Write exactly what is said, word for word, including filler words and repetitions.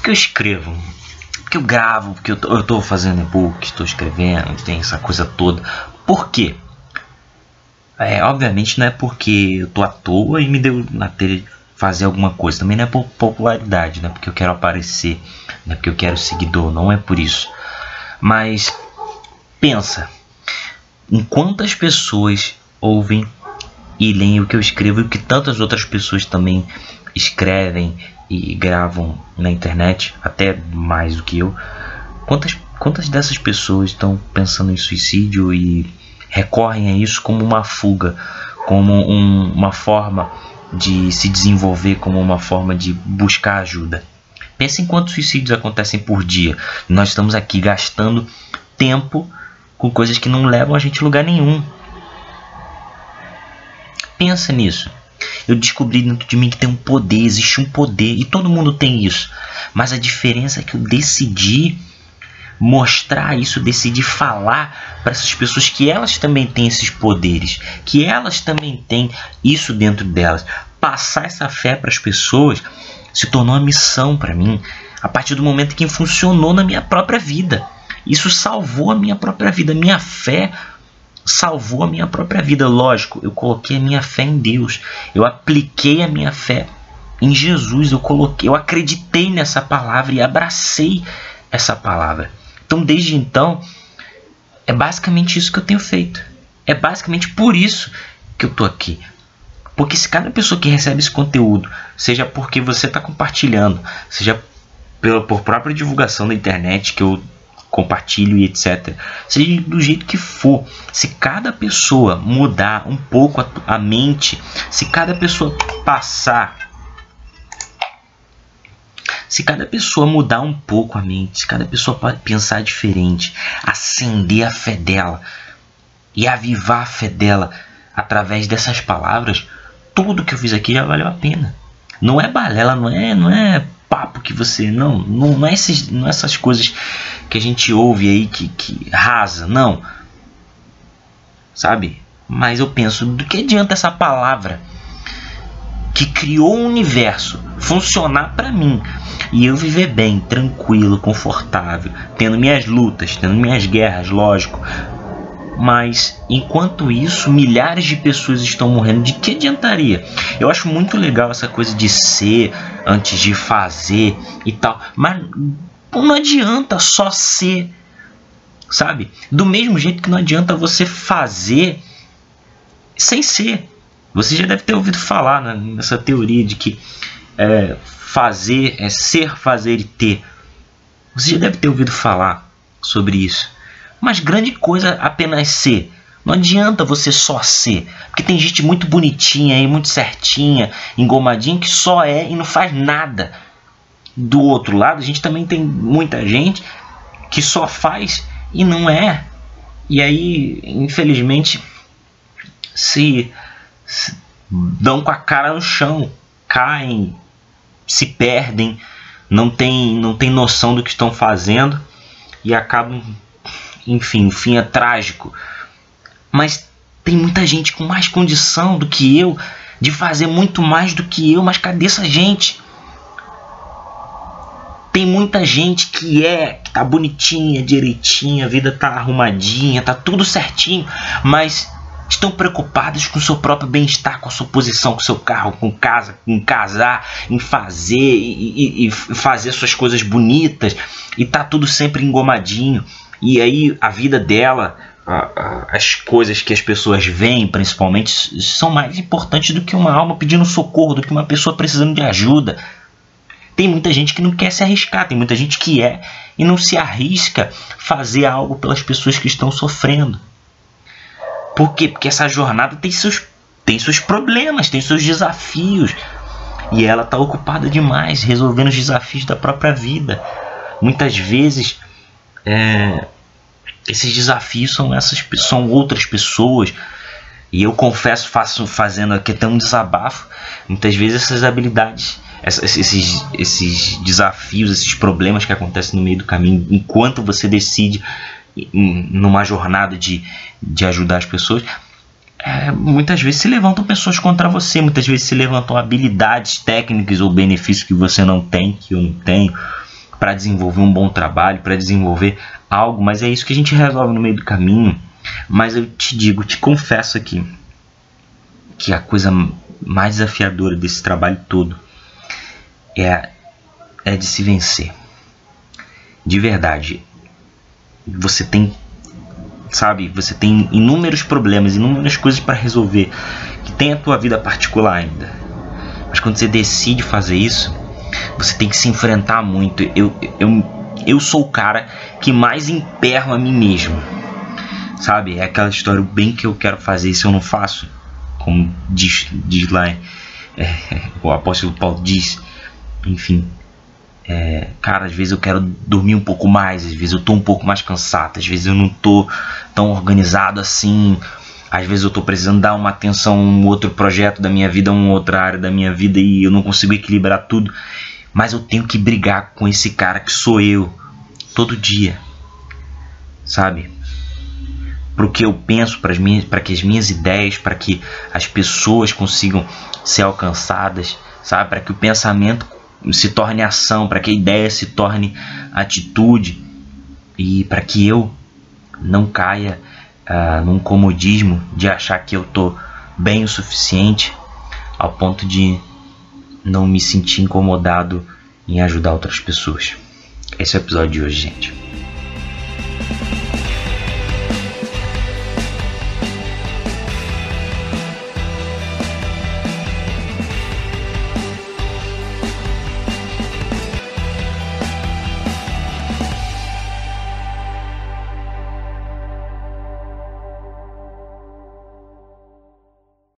que eu escrevo? Porque eu gravo, porque eu tô, eu tô fazendo e-book, estou escrevendo, tem essa coisa toda. Por quê? É, obviamente não é porque eu tô à toa e me deu na telha fazer alguma coisa. Também não é por popularidade, não é porque eu quero aparecer, não é porque eu quero seguidor, não é por isso. Mas pensa, em quantas pessoas ouvem e leem o que eu escrevo e o que tantas outras pessoas também escrevem e gravam na internet, até mais do que eu. Quantas, quantas dessas pessoas estão pensando em suicídio e recorrem a isso como uma fuga, como um, uma forma de se desenvolver, como uma forma de buscar ajuda? Pensa em quantos suicídios acontecem por dia. Nós estamos aqui gastando tempo com coisas que não levam a gente a lugar nenhum. Pensa nisso. Eu descobri dentro de mim que tem um poder, existe um poder, e todo mundo tem isso. Mas a diferença é que eu decidi mostrar isso, decidi falar para essas pessoas que elas também têm esses poderes, que elas também têm isso dentro delas. Passar essa fé para as pessoas se tornou uma missão para mim, a partir do momento que funcionou na minha própria vida. Isso salvou a minha própria vida, minha fé salvou a minha própria vida. Lógico, eu coloquei a minha fé em Deus, eu apliquei a minha fé em Jesus, eu coloquei, eu acreditei nessa palavra e abracei essa palavra. Então, desde então, é basicamente isso que eu tenho feito. É basicamente por isso que eu estou aqui. Porque se cada pessoa que recebe esse conteúdo, seja porque você está compartilhando, seja pela, por própria divulgação da internet que eu compartilho e etcétera, seja do jeito que for, se cada pessoa mudar um pouco a, a mente, se cada pessoa passar... Se cada pessoa mudar um pouco a mente, se cada pessoa pensar diferente, acender a fé dela e avivar a fé dela através dessas palavras, tudo que eu fiz aqui já valeu a pena. Não é balela, não é, não é papo que você... Não, não, não, é esses, não é essas coisas que a gente ouve aí que, que rasa, não. Sabe? Mas eu penso, do que adianta essa palavra que criou um universo funcionar para mim e eu viver bem, tranquilo, confortável, tendo minhas lutas, tendo minhas guerras, lógico, mas enquanto isso milhares de pessoas estão morrendo? De que adiantaria? Eu acho muito legal essa coisa de ser antes de fazer e tal, mas não adianta só ser, sabe? Do mesmo jeito que não adianta você fazer sem ser. Você já deve ter ouvido falar, né, nessa teoria de que é, fazer é ser, fazer e ter. Você já deve ter ouvido falar sobre isso. Mas grande coisa apenas ser. Não adianta você só ser. Porque tem gente muito bonitinha aí, muito certinha, engomadinha, que só é e não faz nada. Do outro lado, a gente também tem muita gente que só faz e não é. E aí, infelizmente, se... dão com a cara no chão, caem, se perdem, não tem, não tem noção do que estão fazendo e acabam, enfim, o fim é trágico. Mas tem muita gente com mais condição do que eu de fazer muito mais do que eu, mas cadê essa gente? Tem muita gente que é, que tá bonitinha, direitinha, a vida tá arrumadinha, tá tudo certinho, mas estão preocupados com o seu próprio bem-estar, com a sua posição, com o seu carro, com casa, em casar, em fazer e, e, e fazer suas coisas bonitas, e tá tudo sempre engomadinho. E aí a vida dela, a, a, as coisas que as pessoas veem principalmente, são mais importantes do que uma alma pedindo socorro, do que uma pessoa precisando de ajuda. Tem muita gente que não quer se arriscar, tem muita gente que é e não se arrisca fazer algo pelas pessoas que estão sofrendo. Por quê? Porque essa jornada tem seus, tem seus problemas, tem seus desafios. E ela está ocupada demais resolvendo os desafios da própria vida. Muitas vezes, é, esses desafios são, essas, são outras pessoas. E eu confesso, faço, fazendo aqui até um desabafo, muitas vezes essas habilidades, essas, esses, esses desafios, esses problemas que acontecem no meio do caminho, enquanto você decide numa jornada de, de ajudar as pessoas, é, muitas vezes se levantam pessoas contra você, muitas vezes se levantam habilidades técnicas ou benefícios que você não tem, que eu não tenho, para desenvolver um bom trabalho, para desenvolver algo, mas é isso que a gente resolve no meio do caminho. Mas eu te digo, te confesso aqui, que a coisa mais desafiadora desse trabalho todo é, é de se vencer. De verdade, você tem, sabe, você tem inúmeros problemas, inúmeras coisas para resolver, que tem a tua vida particular ainda. Mas quando você decide fazer isso, você tem que se enfrentar muito. Eu, eu, eu sou o cara que mais emperro a mim mesmo, sabe? É aquela história, o bem que eu quero fazer, se eu não faço, como diz, diz lá, é, o apóstolo Paulo diz, enfim, é, cara, às vezes eu quero dormir um pouco mais, às vezes eu tô um pouco mais cansado, às vezes eu não tô tão organizado assim, às vezes eu tô precisando dar uma atenção a um outro projeto da minha vida, a uma outra área da minha vida, e eu não consigo equilibrar tudo, mas eu tenho que brigar com esse cara que sou eu, todo dia, sabe? Para o que eu penso, para as minhas, para que as minhas ideias, para que as pessoas consigam ser alcançadas, sabe? Para que o pensamento se torne ação, para que a ideia se torne atitude, e para que eu não caia uh, num comodismo de achar que eu tô bem o suficiente ao ponto de não me sentir incomodado em ajudar outras pessoas. Esse é o episódio de hoje, gente.